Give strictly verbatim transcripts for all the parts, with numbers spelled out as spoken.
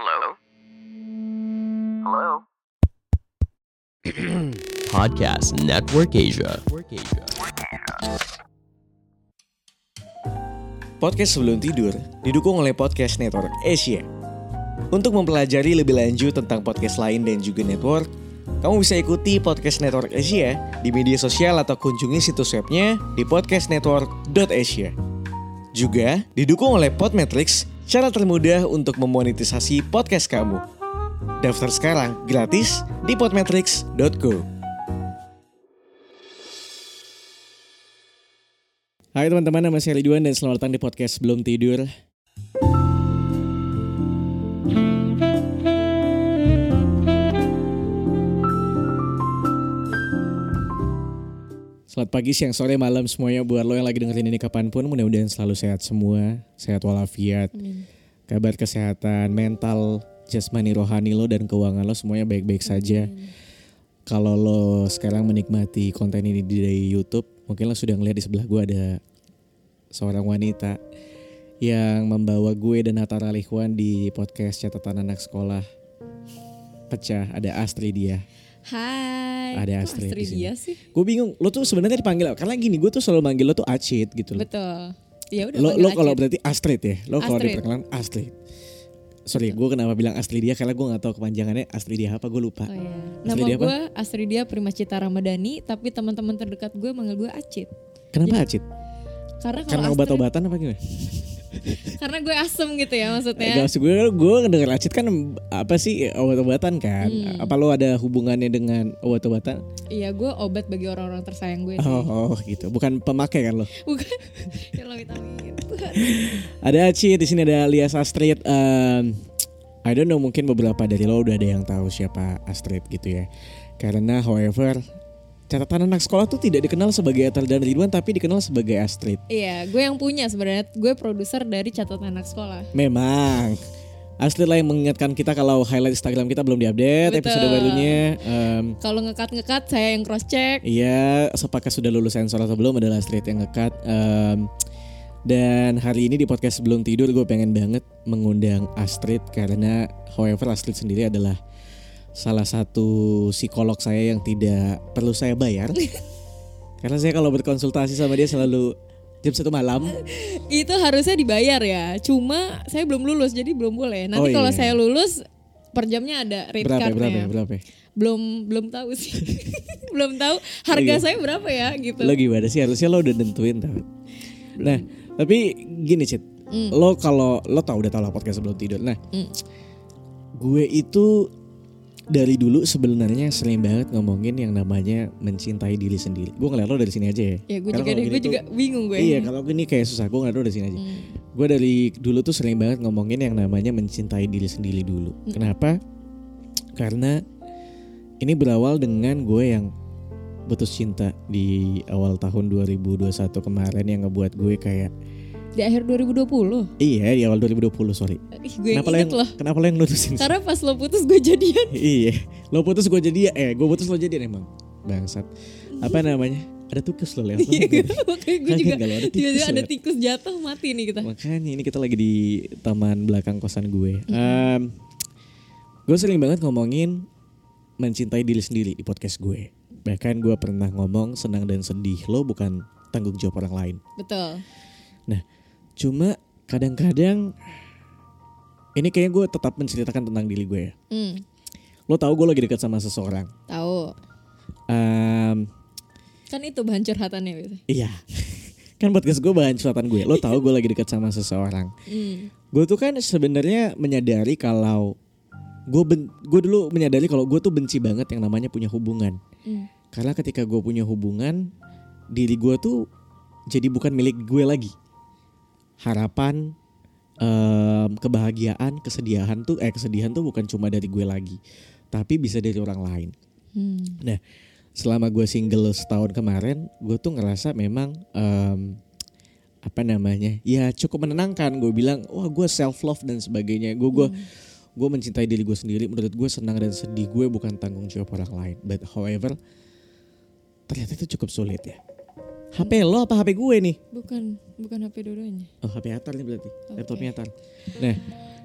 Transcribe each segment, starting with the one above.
Hello? Hello? Podcast Network Asia. Podcast Sebelum Tidur didukung oleh Podcast Network Asia. Untuk mempelajari lebih lanjut tentang podcast lain dan juga network, kamu bisa ikuti Podcast Network Asia di media sosial atau kunjungi situs webnya di podcast network dot asia. Juga didukung oleh Podmetrics, cara termudah untuk memonetisasi podcast kamu. Daftar sekarang gratis di podmetrics dot co. Hai teman-teman, nama saya Ridwan dan selamat datang di podcast Sebelum Tidur. Selamat pagi, siang, sore, malam semuanya buat lo yang lagi dengerin ini kapanpun. Mudah-mudahan selalu sehat semua, sehat walafiat, Amin. Kabar kesehatan, mental, jasmani, rohani lo dan keuangan lo semuanya baik-baik saja. Kalau lo sekarang menikmati konten ini di YouTube, mungkin lo sudah ngeliat di sebelah gue ada seorang wanita yang membawa gue dan Hatta Ralihwan di podcast Catatan Anak Sekolah Pecah. Ada Astrid dia. Hai. Ada Astrid, Astrid dia sih. Gue bingung, lo tuh sebenarnya dipanggil karena gini, gue tuh selalu manggil lo tuh Acit gitu loh. Betul. Ya udah. Lo lo kalau berarti Astrid ya. Lo kalau diperkenalan Astrid. Sorry, gue kenapa bilang Astridia karena gue nggak tahu kepanjangannya Astridia apa, gue lupa. Oh, iya. Nama gue Astridia Primacita Ramadhani, tapi teman-teman terdekat gue manggil gue Acit. Kenapa Jadi, Acit? Karena karena Astrid, obat-obatan apa gimana? Karena gue asem gitu ya maksudnya. Gak maksud gue, gue ngedenger Acit kan apa sih, obat-obatan kan? Hmm. Apa lo ada hubungannya dengan obat-obatan? Iya, gue obat bagi orang-orang tersayang gue sih. Oh, oh gitu, bukan pemakai kan lo? Bukan. Ya lo vitamin. Ada Acit, di sini ada alias Astrid. Um, I don't know, mungkin beberapa dari lo udah ada yang tahu siapa Astrid gitu ya. Karena however, Catatan Anak Sekolah tuh tidak dikenal sebagai Atal dan Ridwan, tapi dikenal sebagai Astrid. Iya, gue yang punya sebenarnya. Gue produser dari Catatan Anak Sekolah. Memang Astrid lah yang mengingatkan kita kalau highlight Instagram kita belum diupdate. Betul. Episode barunya. Um, kalau ngekat-ngekat saya yang cross check. Iya, apakah sudah lulus sensor atau belum adalah Astrid yang ngekat. Um, dan hari ini di podcast Sebelum Tidur gue pengen banget mengundang Astrid karena however Astrid sendiri adalah salah satu psikolog saya yang tidak perlu saya bayar. Karena saya kalau berkonsultasi sama dia selalu jam satu malam. Itu harusnya dibayar ya. Cuma saya belum lulus jadi belum boleh. Nanti oh, kalau iya. saya lulus per jamnya ada rate berapa, cardnya. Berapa ya? Berapa? Belum belum tahu sih. belum tahu harga oh, iya. saya berapa ya gitu. Lo gimana sih? Harusnya lo udah nentuin tau. Nah, tapi gini Cit. Mm. Lo kalau lo tau udah tau lah podcast Sebelum Tidur. Nah, mm. gue itu dari dulu sebenarnya sering banget ngomongin yang namanya mencintai diri sendiri. Gue ngeliat lo dari sini aja ya. Ya gue juga, gue juga tuh, bingung gue. Iya, kalau gini kayak susah. Gue ngeliat lo dari sini aja. Hmm. Gue dari dulu tuh sering banget ngomongin yang namanya mencintai diri sendiri dulu. Hmm. Kenapa? Karena ini berawal dengan gue yang putus cinta di awal tahun dua ribu dua puluh satu kemarin yang ngebuat gue kayak di akhir dua ribu dua puluh? Iya, di awal dua ribu dua puluh, sorry. Ih, gue kenapa inget yang, loh. Kenapa lo yang nutusin? Karena pas lo putus gue jadian. Iya, lo putus gue jadian. Eh, gue putus lo jadian emang. Bangsat. Apa namanya? Ada tikus lo lewat. Iya, makanya gue juga ada tikus, tiba-tiba ada tikus jatuh mati nih kita. Makanya ini kita lagi di taman belakang kosan gue. Um, gue sering banget ngomongin mencintai diri sendiri di podcast gue. Bahkan gue pernah ngomong senang dan sedih lo bukan tanggung jawab orang lain. Betul. Nah, cuma kadang-kadang ini kayaknya gue tetap menceritakan tentang diri gue ya. Mm. Lo tahu gue lagi dekat sama seseorang. Tahu. Um, kan itu bahan curhatannya gitu. Iya. Kan podcast gue bahan curhatan gue. Lo tahu gue lagi dekat sama seseorang. Mm. Gue tuh kan sebenarnya menyadari kalau gue ben, gue dulu menyadari kalau gue tuh benci banget yang namanya punya hubungan. Mm. Karena ketika gue punya hubungan, diri gue tuh jadi bukan milik gue lagi. Harapan, um, kebahagiaan, kesedihan tuh eh kesedihan tuh bukan cuma dari gue lagi, tapi bisa dari orang lain. Hmm. Nah, selama gue single setahun kemarin, gue tuh ngerasa memang um, apa namanya, ya cukup menenangkan. Gue bilang, wah gue self love dan sebagainya. Gue gue hmm. gue mencintai diri gue sendiri. Menurut gue senang dan sedih gue bukan tanggung jawab orang lain. But however, ternyata itu cukup sulit ya. H P lo apa H P gue nih? Bukan, bukan H P dua-duanya. Oh, H P Atar nih berarti. Okay. Laptopnya Atar. Nah,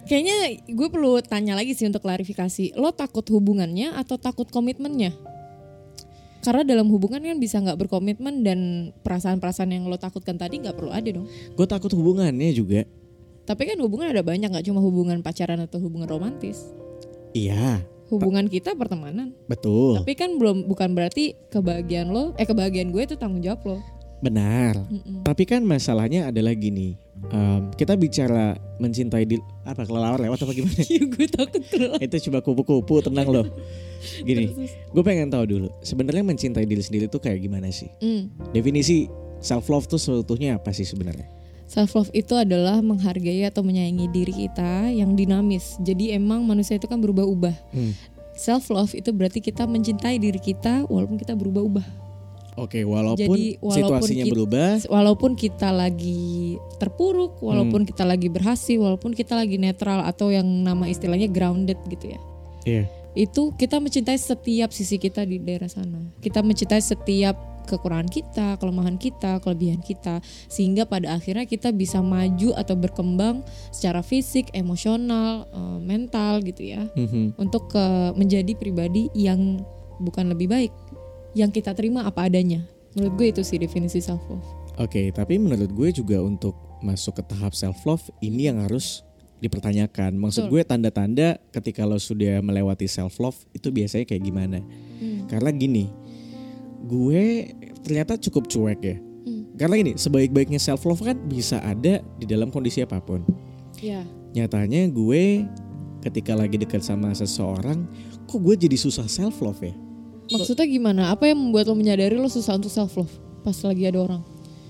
Kayaknya gue perlu tanya lagi sih untuk klarifikasi. Lo takut hubungannya atau takut komitmennya? Karena dalam hubungan kan bisa gak berkomitmen dan perasaan-perasaan yang lo takutkan tadi gak perlu ada dong. Gue takut hubungannya juga. Tapi kan hubungan ada banyak, gak cuma hubungan pacaran atau hubungan romantis. Iya. Hubungan kita pertemanan. Betul. Tapi kan belum bukan berarti kebahagiaan lo, eh kebahagiaan gue itu tanggung jawab lo. Benar. Mm-mm. Tapi kan masalahnya adalah gini. Um, kita bicara mencintai di apa kelelawar lewat apa gimana? Iya gue takut kelelawar. Itu coba kupu-kupu tenang loh. Gini, gue pengen tahu dulu. Sebenarnya mencintai diri sendiri tuh kayak gimana sih? Mm. Definisi self love tuh sebetulnya apa sih sebenarnya? Self love itu adalah menghargai atau menyayangi diri kita yang dinamis. Jadi emang manusia itu kan berubah-ubah. Hmm. Self love itu berarti kita mencintai diri kita walaupun kita berubah-ubah. Oke, walaupun, Jadi, walaupun situasinya kita, berubah, walaupun kita lagi terpuruk, walaupun hmm. kita lagi berhasil, walaupun kita lagi netral atau yang nama istilahnya grounded gitu ya. Iya. Yeah. Itu kita mencintai setiap sisi kita di daerah sana. Kita mencintai setiap kekurangan kita, kelemahan kita, kelebihan kita, sehingga pada akhirnya kita bisa maju atau berkembang secara fisik, emosional, mental gitu ya, mm-hmm. untuk ke, menjadi pribadi yang bukan lebih baik, yang kita terima apa adanya. Menurut gue itu sih definisi self love. Oke, okay, tapi menurut gue juga untuk masuk ke tahap self love ini yang harus dipertanyakan. Maksud Betul. gue tanda-tanda ketika lo sudah melewati self love itu biasanya kayak gimana? Hmm. Karena gini, gue ternyata cukup cuek ya. Hmm. Karena gini, sebaik-baiknya self love kan bisa ada di dalam kondisi apapun. Yeah. Nyatanya gue ketika lagi dekat sama seseorang, kok gue jadi susah self love ya? Maksudnya gimana? Apa yang membuat lo menyadari lo susah untuk self love pas lagi ada orang?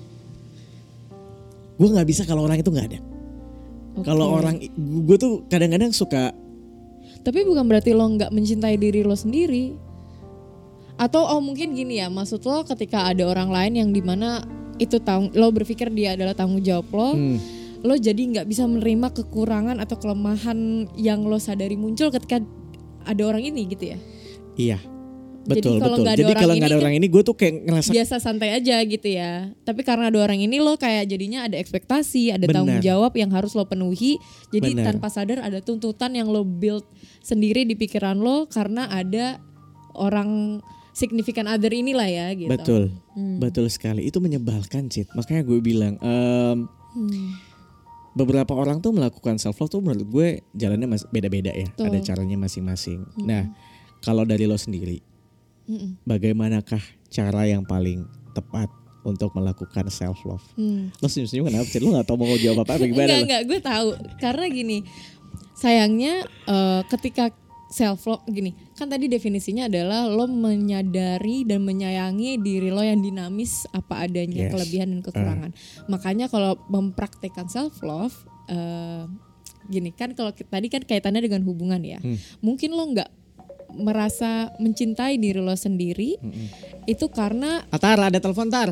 Gue nggak bisa kalau orang itu nggak ada. Okay. Kalau orang, gue tuh kadang-kadang suka. Tapi bukan berarti lo nggak mencintai diri lo sendiri. Atau oh mungkin gini ya, maksud lo ketika ada orang lain yang dimana itu tang- lo berpikir dia adalah tanggung jawab lo, hmm. lo jadi nggak bisa menerima kekurangan atau kelemahan yang lo sadari muncul ketika ada orang ini gitu ya? Iya. Betul, jadi kalau betul. Jadi kalau nggak ada orang ini gue tuh kayak ngerasa biasa santai aja gitu ya. Tapi karena ada orang ini lo kayak jadinya ada ekspektasi, ada Bener. tanggung jawab yang harus lo penuhi. Jadi Bener. tanpa sadar ada tuntutan yang lo build sendiri di pikiran lo karena ada orang significant other inilah ya gitu. Betul, hmm. betul sekali. Itu menyebalkan Cid. Makanya gue bilang um, hmm. beberapa orang tuh melakukan self love tuh menurut gue jalannya mas- beda-beda ya. Tuh. Ada caranya masing-masing. Hmm. Nah kalau dari lo sendiri, Mm-mm. bagaimanakah cara yang paling tepat untuk melakukan self love? Hmm. Lo senyum-senyum kenapa? Lo nggak tahu mau jawab apa? Gimana? Enggak enggak, gue tahu. Karena gini, sayangnya uh, ketika self love gini, kan tadi definisinya adalah lo menyadari dan menyayangi diri lo yang dinamis apa adanya, yes. kelebihan dan kekurangan. Uh. Makanya kalau mempraktekkan self love, uh, gini kan kalau tadi kan kaitannya dengan hubungan ya, hmm. mungkin lo nggak merasa mencintai diri lo sendiri, mm-hmm. itu karena Atar ada telepon Tar.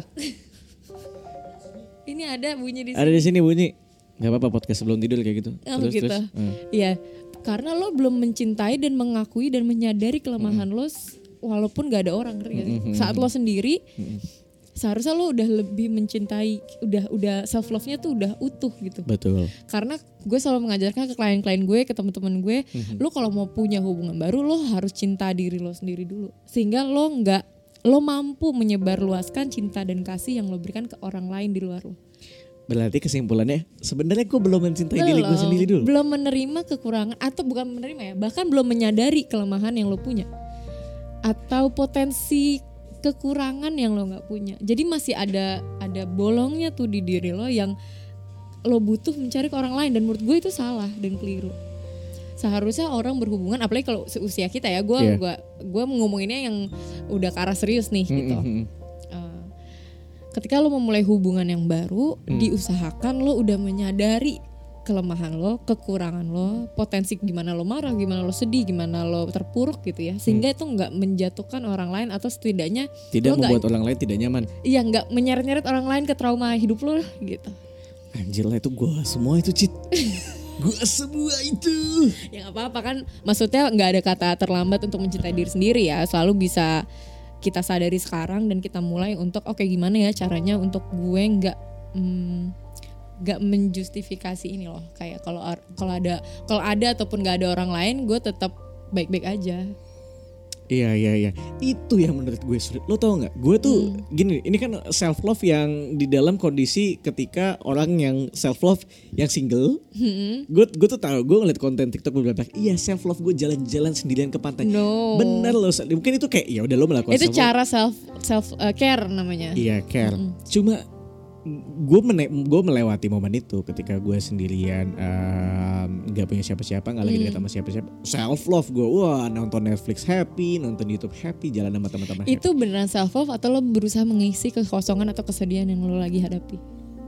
Ini ada bunyi di sini. Ada di sini bunyi. Gak apa-apa podcast sebelum tidur kayak gitu. Oh, terus gitu. terus. Iya, hmm. karena lo belum mencintai dan mengakui dan menyadari kelemahan mm-hmm. lo, walaupun gak ada orang. Mm-hmm. Saat lo sendiri. Mm-hmm. Seharusnya lo udah lebih mencintai, udah udah self love-nya tuh udah utuh gitu. Betul. Karena gue selalu mengajarkan ke klien-klien gue, ke teman-teman gue, mm-hmm. lo kalau mau punya hubungan baru, lo harus cinta diri lo sendiri dulu. Sehingga lo nggak, lo mampu menyebarluaskan cinta dan kasih yang lo berikan ke orang lain di luar lo. Berarti kesimpulannya, sebenarnya gue belum mencintai belum, diri gue sendiri dulu. Belum menerima kekurangan atau bukan menerima ya, bahkan belum menyadari kelemahan yang lo punya atau potensi kekurangan yang lo nggak punya. Jadi masih ada ada bolongnya tuh di diri lo yang lo butuh mencari ke orang lain, dan menurut gue itu salah dan keliru. Seharusnya orang berhubungan, apalagi kalau seusia kita ya, gue yeah. gue gue ngomonginnya yang udah ke arah serius nih gitu. Mm-hmm. Uh, ketika lo memulai hubungan yang baru, mm. diusahakan lo udah menyadari kelemahan lo, kekurangan lo, potensi gimana lo marah, gimana lo sedih, gimana lo terpuruk gitu ya, sehingga hmm. itu nggak menjatuhkan orang lain atau setidaknya tidak membuat gak, orang lain tidak nyaman. Iya, nggak menyeret-nyeret orang lain ke trauma hidup lo gitu. Anjir lah, itu gue semua itu Cid. Gue semua itu. Ya nggak apa-apa kan, maksudnya nggak ada kata terlambat untuk mencintai diri sendiri ya. Selalu bisa kita sadari sekarang dan kita mulai untuk oke okay, gimana ya caranya untuk gue nggak hmm, gak menjustifikasi ini loh, kayak kalau kalau ada kalau ada ataupun gak ada orang lain gue tetap baik-baik aja. Iya iya iya, itu yang menurut gue sulit. Lo tau nggak? Gue tuh hmm. gini, ini kan self love yang di dalam kondisi ketika orang yang self love yang single. Hmm. Gue gue tuh tahu, gue ngeliat konten TikTok gue bilang, iya self love gue jalan-jalan sendirian ke pantai. No. Bener loh, mungkin itu kayak ya udah lo melakukan. Itu self-love. cara self self uh, care namanya. Iya care. Hmm. Cuma gue mene- gue melewati momen itu ketika gue sendirian, nggak um, punya siapa-siapa, nggak lagi dekat sama siapa-siapa. Self love gue, wah nonton Netflix happy, nonton YouTube happy, jalan sama teman-teman. Itu happy. Beneran self love atau lo berusaha mengisi kekosongan atau kesedihan yang lo lagi hadapi?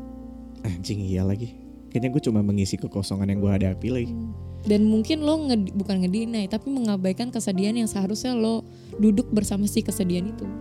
Anjing iya lagi. Kayaknya gue cuma mengisi kekosongan yang gue hadapi lagi. Dan mungkin lo nge- bukan ngedinai, tapi mengabaikan kesedihan yang seharusnya lo duduk bersama si kesedihan itu.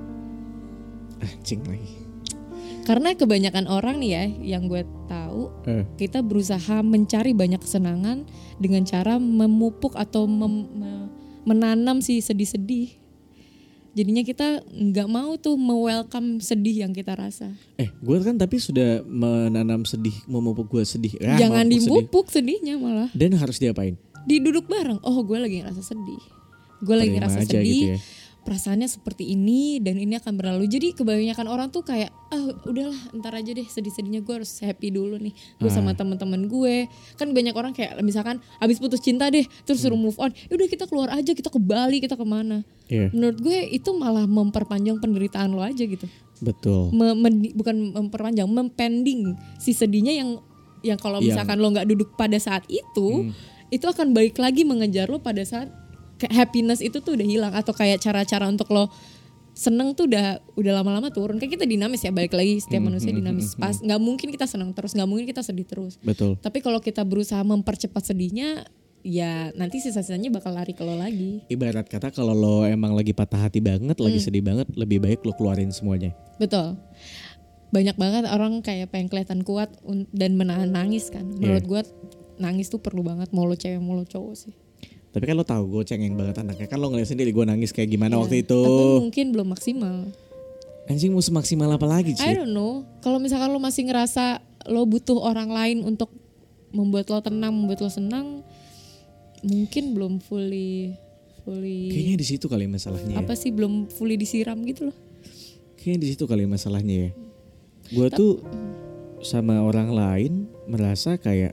Anjing lagi. Karena kebanyakan orang nih ya, yang gue tahu, eh. kita berusaha mencari banyak kesenangan dengan cara memupuk atau mem- me- menanam si sedih-sedih. Jadinya kita nggak mau tuh me-welcome sedih yang kita rasa. Eh, gue kan tapi sudah menanam sedih, memupuk gue sedih. Ah, Jangan dimupuk sedih. sedihnya malah. Dan harus diapain? Diduduk bareng. Oh, gue lagi ngerasa sedih. Gue lagi ngerasa sedih. Gitu ya. Perasaannya seperti ini dan ini akan berlalu. Jadi kebanyakan orang tuh kayak ah udahlah ntar aja deh sedih-sedihnya, gue harus happy dulu nih gue ah. sama teman-teman gue. Kan banyak orang kayak misalkan abis putus cinta deh terus suruh move on, udah kita keluar aja, kita ke Bali, kita kemana. Yeah. Menurut gue itu malah memperpanjang penderitaan lo aja gitu. Betul. Me- me- bukan memperpanjang, mempending si sedihnya yang yang kalau misalkan yang... lo nggak duduk pada saat itu, hmm. itu akan balik lagi mengejar lo pada saat happiness itu tuh udah hilang, atau kayak cara-cara untuk lo seneng tuh udah udah lama-lama turun. Kayak kita dinamis ya, balik lagi setiap hmm, manusia hmm, dinamis. Hmm, Pas nggak mungkin kita seneng terus, nggak mungkin kita sedih terus. Betul. Tapi kalau kita berusaha mempercepat sedihnya, ya nanti sisa-sisanya bakal lari ke lo lagi. Ibarat kata kalau lo emang lagi patah hati banget, hmm. lagi sedih banget, lebih baik lo keluarin semuanya. Betul. Banyak banget orang kayak pengen kelihatan kuat dan menahan nangis kan. Menurut yeah. gue nangis tuh perlu banget, mau lo cewek mau lo cowok sih. Tapi kan lo tahu gue cengeng banget anaknya. Kan lo ngeliat sendiri gue nangis kayak gimana ya, waktu itu. Tapi mungkin belum maksimal. Anjing mau semaksimal apa lagi Cik? I don't know. Kalau misalkan lo masih ngerasa lo butuh orang lain untuk membuat lo tenang, membuat lo senang, mungkin belum fully fully. Kayaknya di situ kali masalahnya. Apa ya? sih belum fully disiram gitu loh. Kayaknya di situ kali masalahnya ya. Gue tuh sama orang lain merasa kayak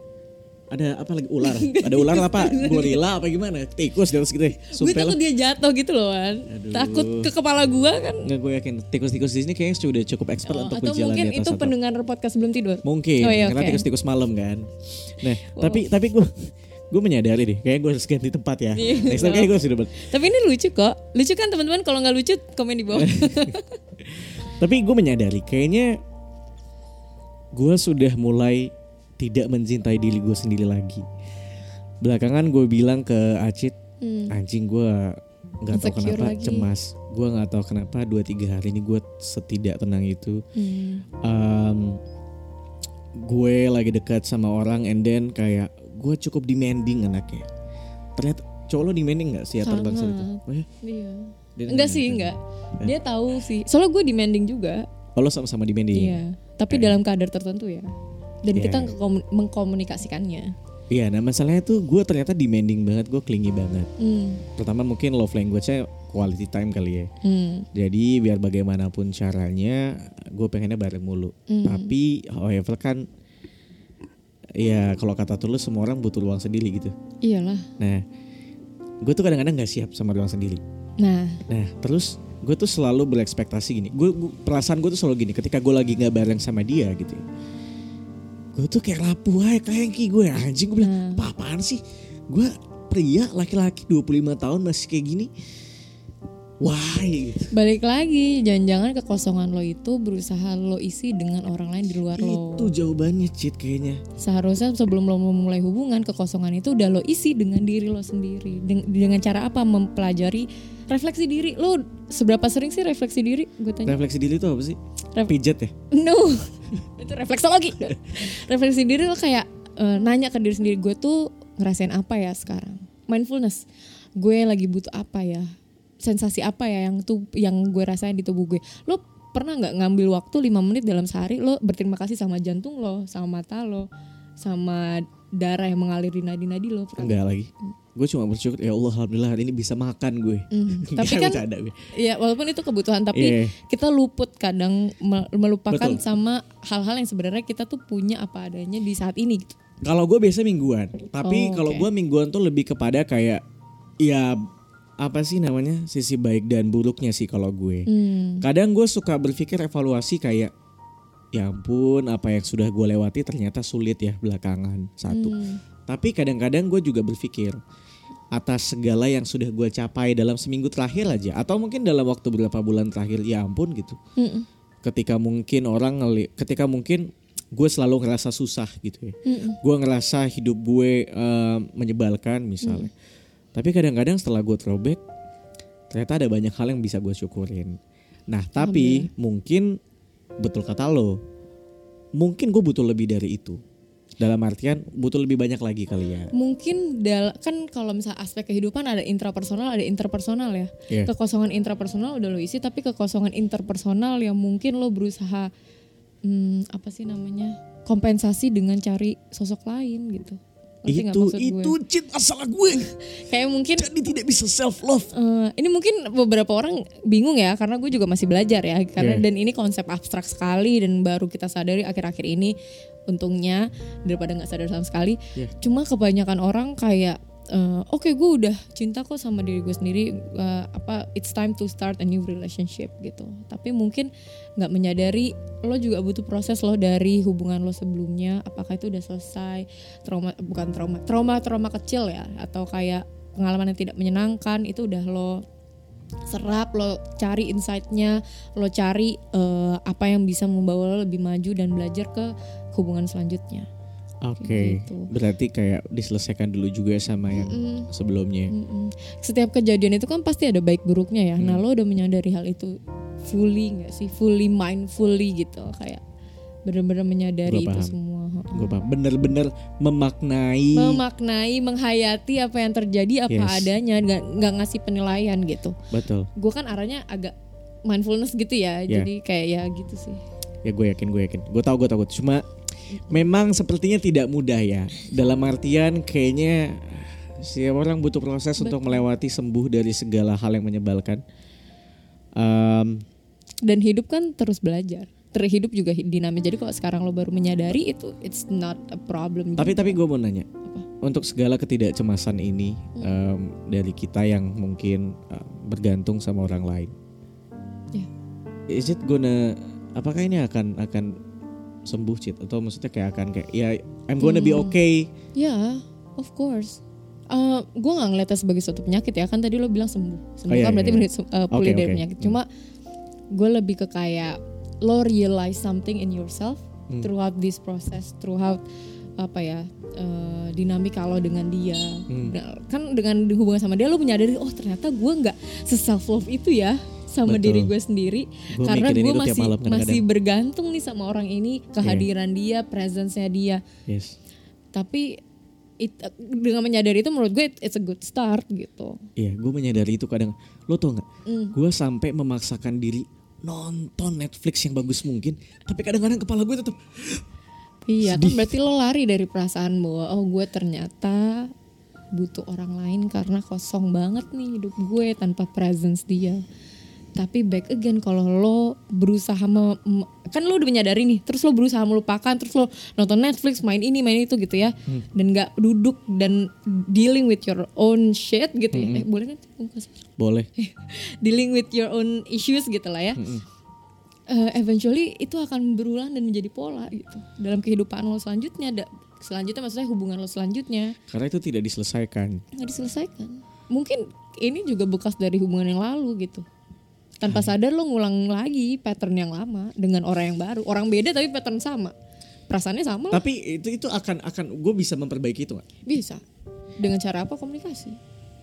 ada apa lagi, ular, ada ular apa, gorila apa gimana, tikus di atas gitu ya. Gue takut dia jatuh gitu loh kan. Takut ke kepala gue kan. Nggak, gue yakin tikus-tikus di sini kayaknya sudah cukup expert oh, untuk berjalan di atas. Atau mungkin itu pendengar podcast sebelum tidur. Mungkin, oh, iya, karena okay. tikus-tikus malam kan. Nah, wow. tapi tapi gue gue menyadari deh, kayaknya gue harus ganti tempat ya. Next time kayaknya gue sudah. Tapi ini lucu kok, lucu kan teman-teman. Kalau nggak lucu komen di bawah. Tapi gue menyadari kayaknya gue sudah mulai tidak mencintai diri gue sendiri lagi. Belakangan gue bilang ke Acit, hmm. anjing gue nggak tahu kenapa lagi. cemas. Gue nggak tahu kenapa dua tiga hari ini gue setidak tenang itu. Hmm. Um, gue lagi dekat sama orang, and then kayak gue cukup demanding anaknya. Ternyata cowok lo demanding nggak sih atau bangsa itu? Oh ya? Iya. Enggak sih, enggak. Dia tahu sih. Soalnya gue demanding juga. Oh, lo sama-sama demanding. Iya. Tapi eh. dalam kadar tertentu ya. Dan yeah. kita mengkomunikasikannya. Iya, nah masalahnya tuh gue ternyata demanding banget, gue clingy banget. Mm. Pertama mungkin love language-nya quality time kali ya. Mm. Jadi biar bagaimanapun caranya, gue pengennya bareng mulu. Mm. Tapi however kan, ya kalau kata tulus semua orang butuh ruang sendiri gitu. Iyalah. Nah, gue tuh kadang-kadang nggak siap sama ruang sendiri. Nah, nah terus gue tuh selalu berekspektasi gini. Gue perasaan gue tuh selalu gini, ketika gue lagi nggak bareng sama dia gitu. Gue tuh kayak rapuh aja, kayak gue anjing. Gue bilang, nah. apa-apaan sih? Gue pria laki-laki dua puluh lima tahun masih kayak gini. Why? Gitu. Balik lagi, jangan-jangan kekosongan lo itu berusaha lo isi dengan orang lain di luar itu lo. Itu jawabannya Cit kayaknya. Seharusnya sebelum lo memulai hubungan, kekosongan itu udah lo isi dengan diri lo sendiri. Den- dengan cara apa? Mempelajari refleksi diri. Lo seberapa sering sih refleksi diri? Gue tanya. Refleksi diri itu apa sih? Ref- Pijat ya? No. Itu refleksologi. Refleksi diri lo kayak uh, nanya ke diri sendiri, gue tuh ngerasain apa ya sekarang? Mindfulness. Gue lagi butuh apa ya? Sensasi apa ya yang tuh yang gue rasain di tubuh gue? Lo pernah nggak ngambil waktu lima menit dalam sehari lo berterima kasih sama jantung lo, sama mata lo, sama darah yang mengalir di nadi-nadi lo? Pernah? Enggak lagi. Gue cuma bersyukur ya Allah alhamdulillah hari ini bisa makan gue. Mm. Tapi kan ya walaupun itu kebutuhan tapi yeah. kita luput kadang melupakan Betul. sama hal-hal yang sebenarnya kita tuh punya apa adanya di saat ini gitu. Kalau gue biasa mingguan, tapi oh, kalau okay. gue mingguan tuh lebih kepada kayak ya apa sih namanya sisi baik dan buruknya sih kalau gue. Hmm. Kadang gue suka berpikir evaluasi kayak ya ampun apa yang sudah gue lewati ternyata sulit ya belakangan satu. Hmm. Tapi kadang-kadang gue juga berpikir atas segala yang sudah gue capai dalam seminggu terakhir aja atau mungkin dalam waktu beberapa bulan terakhir ya ampun gitu. Hmm. Ketika mungkin orang ngeli, ketika mungkin gue selalu ngerasa susah gitu ya. Hmm. Gue ngerasa hidup gue uh, menyebalkan misalnya. Hmm. Tapi kadang-kadang setelah gue throwback, ternyata ada banyak hal yang bisa gue syukurin. Nah tapi oh, mungkin betul kata lo, mungkin gue butuh lebih dari itu. Dalam artian butuh lebih banyak lagi kali ya. Mungkin dal- kan kalau misalnya aspek kehidupan ada intrapersonal, ada interpersonal ya. Yeah. Kekosongan intrapersonal udah lo isi, tapi kekosongan interpersonal yang mungkin lo berusaha hmm, apa sih namanya kompensasi dengan cari sosok lain gitu. Ngerti itu itu cheat masalah gue. Kayak mungkin jadi tidak bisa self love. Uh, ini mungkin beberapa orang bingung ya karena gue juga masih belajar ya karena yeah. dan ini konsep abstrak sekali dan baru kita sadari akhir-akhir ini untungnya daripada nggak sadar sama sekali. Yeah. Cuma kebanyakan orang kayak uh, oke okay, gue udah cinta kok sama diri gue sendiri uh, apa it's time to start a new relationship gitu. Tapi mungkin nggak menyadari lo juga butuh proses lo dari hubungan lo sebelumnya, apakah itu udah selesai, trauma bukan trauma trauma trauma kecil ya atau kayak pengalaman yang tidak menyenangkan itu udah lo serap, lo cari insight-nya, lo cari uh, apa yang bisa membawa lo lebih maju dan belajar ke hubungan selanjutnya. Oke, okay. gitu. Berarti kayak diselesaikan dulu juga sama yang Mm-mm. sebelumnya. Mm-mm. Setiap kejadian itu kan pasti ada baik buruknya ya. Mm. Nah lo udah menyadari hal itu fully nggak sih, fully mindfully gitu, kayak benar-benar menyadari itu semua. Gue paham. Bener-bener memaknai, memaknai, menghayati apa yang terjadi apa yes. adanya, nggak nggak ngasih penilaian gitu. Betul. Gue kan arahnya agak mindfulness gitu ya, yeah. jadi kayak ya gitu sih. Ya gue yakin, gue yakin. Gue tahu, gue tahu. Cuma memang sepertinya tidak mudah ya. Dalam artian kayaknya setiap orang butuh proses Betul. untuk melewati sembuh dari segala hal yang menyebalkan. Um, Dan hidup kan terus belajar. Terhidup juga dinamis. Jadi kalau sekarang lo baru menyadari itu, it's not a problem. Tapi juga. tapi gue mau nanya, apa? Untuk segala ketidakcemasan ini hmm. um, dari kita yang mungkin uh, bergantung sama orang lain, yeah. is it gonna? Apakah ini akan akan sembuh Cit atau maksudnya kayak akan kayak ya I'm gonna hmm. be okay. Ya, yeah, of course. Uh, gue nggak ngeliatnya sebagai suatu penyakit ya, kan tadi lo bilang sembuh, sembuh oh, iya, kan berarti iya. uh, pulih okay, dari okay. penyakit. Cuma gue lebih ke kayak lo realize something in yourself hmm. throughout this process, throughout apa ya uh, dinamika lo dengan dia. Hmm. Nah, kan dengan hubungan sama dia lo menyadari oh ternyata gue nggak se-self love itu ya sama Betul. diri gue sendiri, gua karena gue masih masih bergantung nih sama orang ini, kehadiran yeah. dia, presence-nya dia. Yes. Tapi it, dengan menyadari itu menurut gue it's a good start gitu. Iya, yeah, gue menyadari itu kadang. Lo tau nggak? Mm. Gue sampai memaksakan diri nonton Netflix yang bagus mungkin, tapi kadang-kadang kepala gue tetap. Iya, sedih. Kan berarti lo lari dari perasaan bahwa oh gue ternyata butuh orang lain karena kosong banget nih hidup gue tanpa presence dia. Tapi back again kalau lo berusaha me, me, kan lo udah menyadari nih, terus lo berusaha melupakan, terus lo nonton Netflix, main ini main itu gitu ya, hmm. dan nggak duduk dan dealing with your own shit gitu hmm. ya, eh, boleh kan? Boleh. Dealing with your own issues gitu lah ya. Hmm. Uh, eventually itu akan berulang dan menjadi pola gitu dalam kehidupan lo selanjutnya, da, selanjutnya maksudnya hubungan lo selanjutnya. Karena itu tidak diselesaikan. Nggak diselesaikan. Mungkin ini juga bekas dari hubungan yang lalu gitu. Tanpa sadar lo ngulang lagi pattern yang lama dengan orang yang baru, orang beda tapi pattern sama, perasaannya sama. Tapi itu itu akan akan gue bisa memperbaiki itu nggak? Bisa. Dengan cara apa? Komunikasi.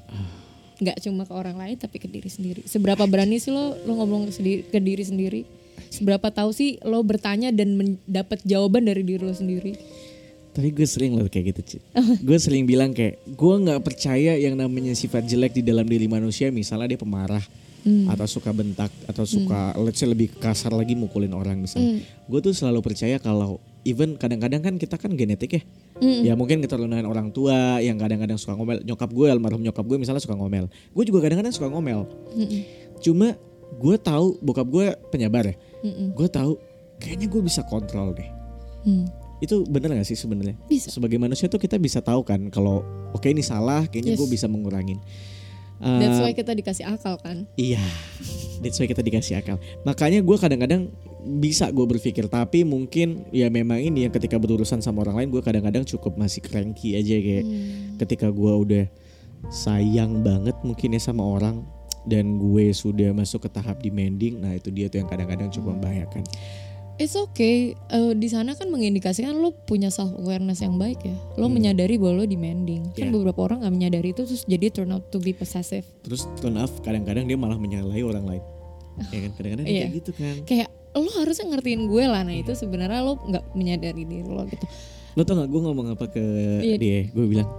Nggak cuma ke orang lain tapi ke diri sendiri. Seberapa berani sih lo lo ngomong ke, sendiri, ke diri sendiri? Seberapa tahu sih lo bertanya dan mendapat jawaban dari diri lo sendiri? Tapi gue sering loh kayak gitu Cid. Gue sering bilang kayak gue nggak percaya yang namanya sifat jelek di dalam diri manusia. Misalnya dia pemarah, hmm. atau suka bentak atau suka hmm. let's say lebih kasar lagi mukulin orang misalnya. Hmm. Gue tuh selalu percaya kalau even kadang-kadang kan kita kan genetik ya. Hmm. Ya mungkin keturunan orang tua yang kadang-kadang suka ngomel. Nyokap gue, almarhum nyokap gue misalnya suka ngomel. Gue juga kadang-kadang suka ngomel. Hmm. Cuma gue tahu bokap gue penyabar ya. Hmm. Gue tahu kayaknya gue bisa kontrol deh. Hmm. Itu bener gak sih sebenarnya? Sebagai manusia tuh kita bisa tahu kan kalau oke okay, ini salah, kayaknya yes. gue bisa mengurangin. Uh, that's why kita dikasih akal kan? Iya, that's why kita dikasih akal. Makanya gue kadang-kadang bisa gue berpikir, tapi mungkin ya memang ini yang ketika berurusan sama orang lain gue kadang-kadang cukup masih cranky aja kayak hmm. ketika gue udah sayang banget mungkin ya sama orang dan gue sudah masuk ke tahap demanding, nah itu dia tuh yang kadang-kadang cukup membahayakan. It's okay. Uh, di sana kan mengindikasikan lo punya self awareness yang baik ya. Lo hmm. menyadari bahwa lo demanding. Kan yeah. beberapa orang nggak menyadari itu terus jadi turn out to be possessive. Terus turn out kadang-kadang dia malah menyalahi orang lain. Ya kan kadang-kadang yeah. kayak gitu kan. Kayak lo harusnya ngertiin gue lah. Nah itu sebenarnya lo nggak menyadari diri lo gitu. Lo tau nggak gue ngomong apa ke yeah. dia? Gue bilang,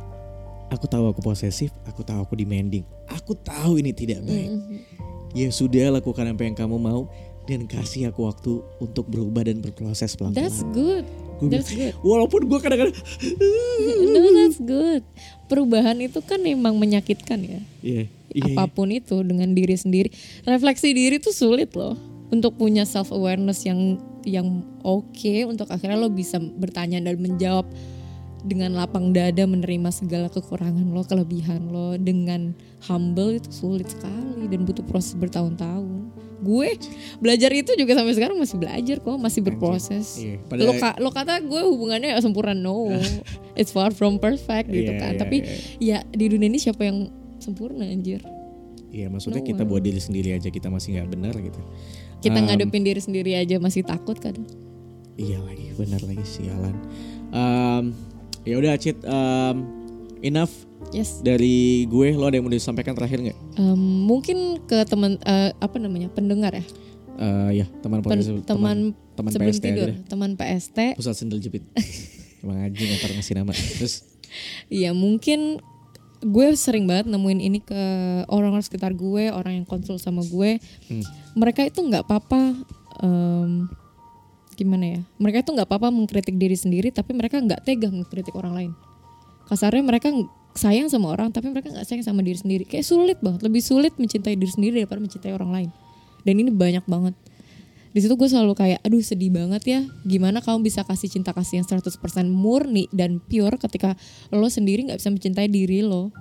aku tahu aku posesif, aku tahu aku demanding, aku tahu ini tidak baik. Mm-hmm. Ya sudah, lakukan apa yang kamu mau. Dan kasih aku waktu untuk berubah dan berproses pelan-pelan. That's good. Gua that's bilang, good. Walaupun gue kadang-kadang no, that's good. Perubahan itu kan memang menyakitkan ya. Yeah. Yeah, apapun yeah. itu dengan diri sendiri. Refleksi diri itu sulit loh. Untuk punya self awareness yang yang oke okay, untuk akhirnya lo bisa bertanya dan menjawab dengan lapang dada, menerima segala kekurangan lo, kelebihan lo dengan humble itu sulit sekali dan butuh proses bertahun-tahun. Gue belajar itu juga sampai sekarang masih belajar kok, masih berproses. Iya. Padahal, lo, ka- lo kata gue hubungannya gak sempurna, no, it's far from perfect gitu iya, kan. Iya, Tapi iya. ya di dunia ini siapa yang sempurna anjir? Iya maksudnya no kita one. Buat diri sendiri aja kita masih nggak benar gitu. Kita um, ngadepin diri sendiri aja masih takut kan? Iya lagi, benar lagi sialan. Um, ya udah Cid, um, enough. Yes. Dari gue, lo ada yang mau disampaikan terakhir nggak? Um, mungkin ke teman uh, apa namanya pendengar ya? Uh, ya teman Pen, teman teman sebelum P S T tidur, teman P S T. Pusat sendal jepit. Emang aja ntar ngasih nama. Terus? Iya mungkin gue sering banget nemuin ini ke orang-orang sekitar gue, orang yang konsul sama gue. Hmm. Mereka itu nggak apa-apa. Um, gimana ya? Mereka itu nggak apa-apa mengkritik diri sendiri, tapi mereka nggak tega mengkritik orang lain. Kasarnya mereka sayang sama orang tapi mereka gak sayang sama diri sendiri. Kayak sulit banget, lebih sulit mencintai diri sendiri daripada mencintai orang lain. Dan ini banyak banget. Di situ gue selalu kayak aduh sedih banget ya. Gimana kamu bisa kasih cinta kasih yang seratus persen murni dan pure ketika lo sendiri gak bisa mencintai diri lo.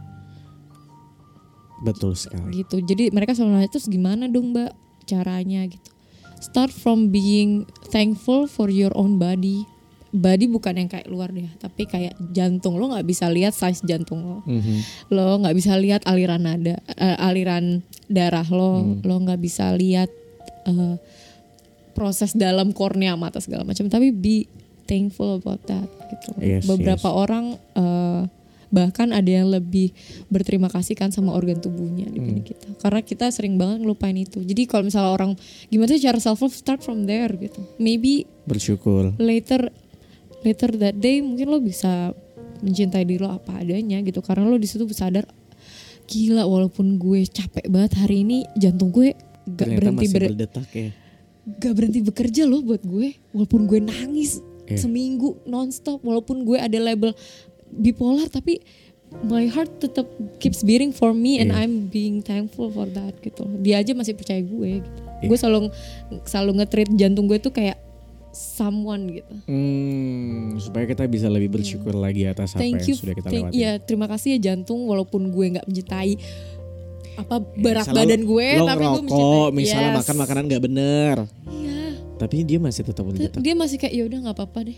Betul sekali. Gitu. Jadi mereka selalu nanya terus gimana dong mbak caranya gitu. Start from being thankful for your own body. Body bukan yang kayak luar deh, tapi kayak jantung lo nggak bisa lihat size jantung lo, mm-hmm. lo nggak bisa lihat aliran nada, uh, aliran darah lo, mm. lo nggak bisa lihat uh, proses dalam kornea mata segala macam, tapi be thankful about that gitu. Yes, beberapa yes. orang uh, bahkan ada yang lebih berterima kasih kan sama organ tubuhnya dibanding mm. kita, karena kita sering banget ngelupain itu. Jadi kalau misalnya orang gimana sih cara self love, start from there gitu. Maybe bersyukur. Later Later that day mungkin lo bisa mencintai diri lo apa adanya gitu. Karena lo di situ sadar gila walaupun gue capek banget hari ini jantung gue gak ternyata berhenti ber- berdetak ya. Gak berhenti bekerja loh buat gue. Walaupun gue nangis yeah. seminggu nonstop. Walaupun gue ada label bipolar tapi my heart tetap keeps beating for me and yeah. I'm being thankful for that gitu. Dia aja masih percaya gue gitu. Yeah. Gue selalu selalu nge-treat jantung gue tuh kayak someone gitu. Hmm, supaya kita bisa lebih bersyukur yeah. lagi atas apa Thank yang you, sudah kita thank, lewati. Ya, terima kasih ya jantung walaupun gue nggak mencintai apa berat ya, badan gue, lo tapi ngerokok, gue mencintai. Misalnya yes. makan makanan nggak bener. Iya. Tapi dia masih tetap berdetak. Dia masih kayak ya udah nggak apa-apa deh.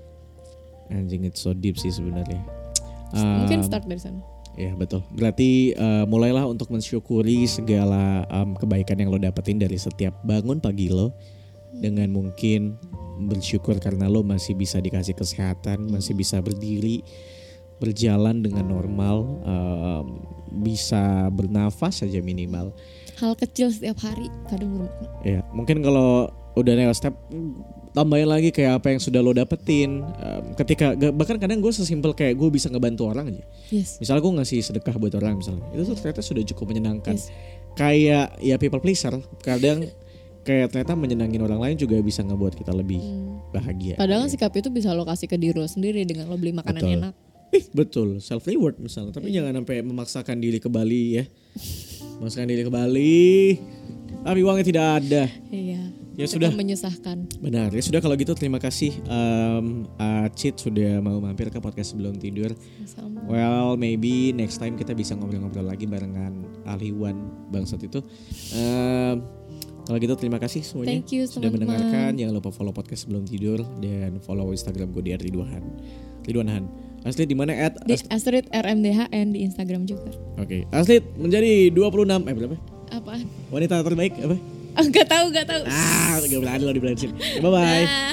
Anjing, it's so deep sih sebenarnya. Mungkin um, start dari sana. Ya betul. Berarti uh, mulailah untuk mensyukuri segala um, kebaikan yang lo dapetin dari setiap bangun pagi lo. Dengan mungkin bersyukur karena lo masih bisa dikasih kesehatan, masih bisa berdiri, berjalan dengan normal, um, bisa bernafas saja minimal. Hal kecil setiap hari kadang bermakna. Ya, mungkin kalau udah next step tambahin lagi kayak apa yang sudah lo dapetin. Um, ketika bahkan kadang gue sesimpel kayak gue bisa ngebantu orang aja. Yes. Misalnya gue ngasih sedekah buat orang misalnya, itu tuh ternyata sudah cukup menyenangkan. Yes. kayak ya people pleaser. Kadang kayak ternyata menyenangin orang lain juga bisa ngebuat kita lebih hmm. bahagia. Padahal ya. Sikap itu bisa lo kasih ke diri lo sendiri dengan lo beli makanan betul. enak. Ih, betul, self reward misalnya. Tapi yeah. jangan sampai memaksakan diri ke Bali ya. Memaksakan diri ke Bali, tapi uangnya tidak ada. Iya. Ya sudah. Menyusahkan. Benar. Ya sudah kalau gitu terima kasih um, Acit sudah mau mampir ke podcast sebelum tidur. Sama. Well, maybe next time kita bisa ngobrol-ngobrol lagi barengan Ahliwan bangsat itu. Um, Kalau gitu terima kasih semuanya Thank you, sudah teman-teman. mendengarkan. Jangan lupa follow podcast sebelum tidur dan follow Instagram gue di Ridwan. Ridwan. Aslit di mana at di Astrid R M D H N di Instagram juga. Oke, okay. Aslit menjadi dua puluh enam eh berapa? Apaan? Wanita terbaik apa? Oh, gak tahu, gak tahu. Ah, gak berani lo di sini. Bye bye. Nah.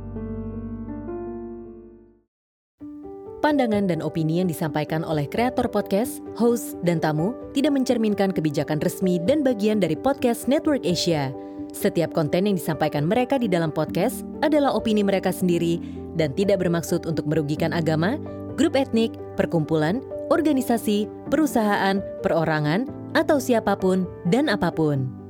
Pandangan dan opini yang disampaikan oleh kreator podcast, host, dan tamu tidak mencerminkan kebijakan resmi dan bagian dari podcast Network Asia. Setiap konten yang disampaikan mereka di dalam podcast adalah opini mereka sendiri dan tidak bermaksud untuk merugikan agama, grup etnik, perkumpulan, organisasi, perusahaan, perorangan, atau siapapun dan apapun.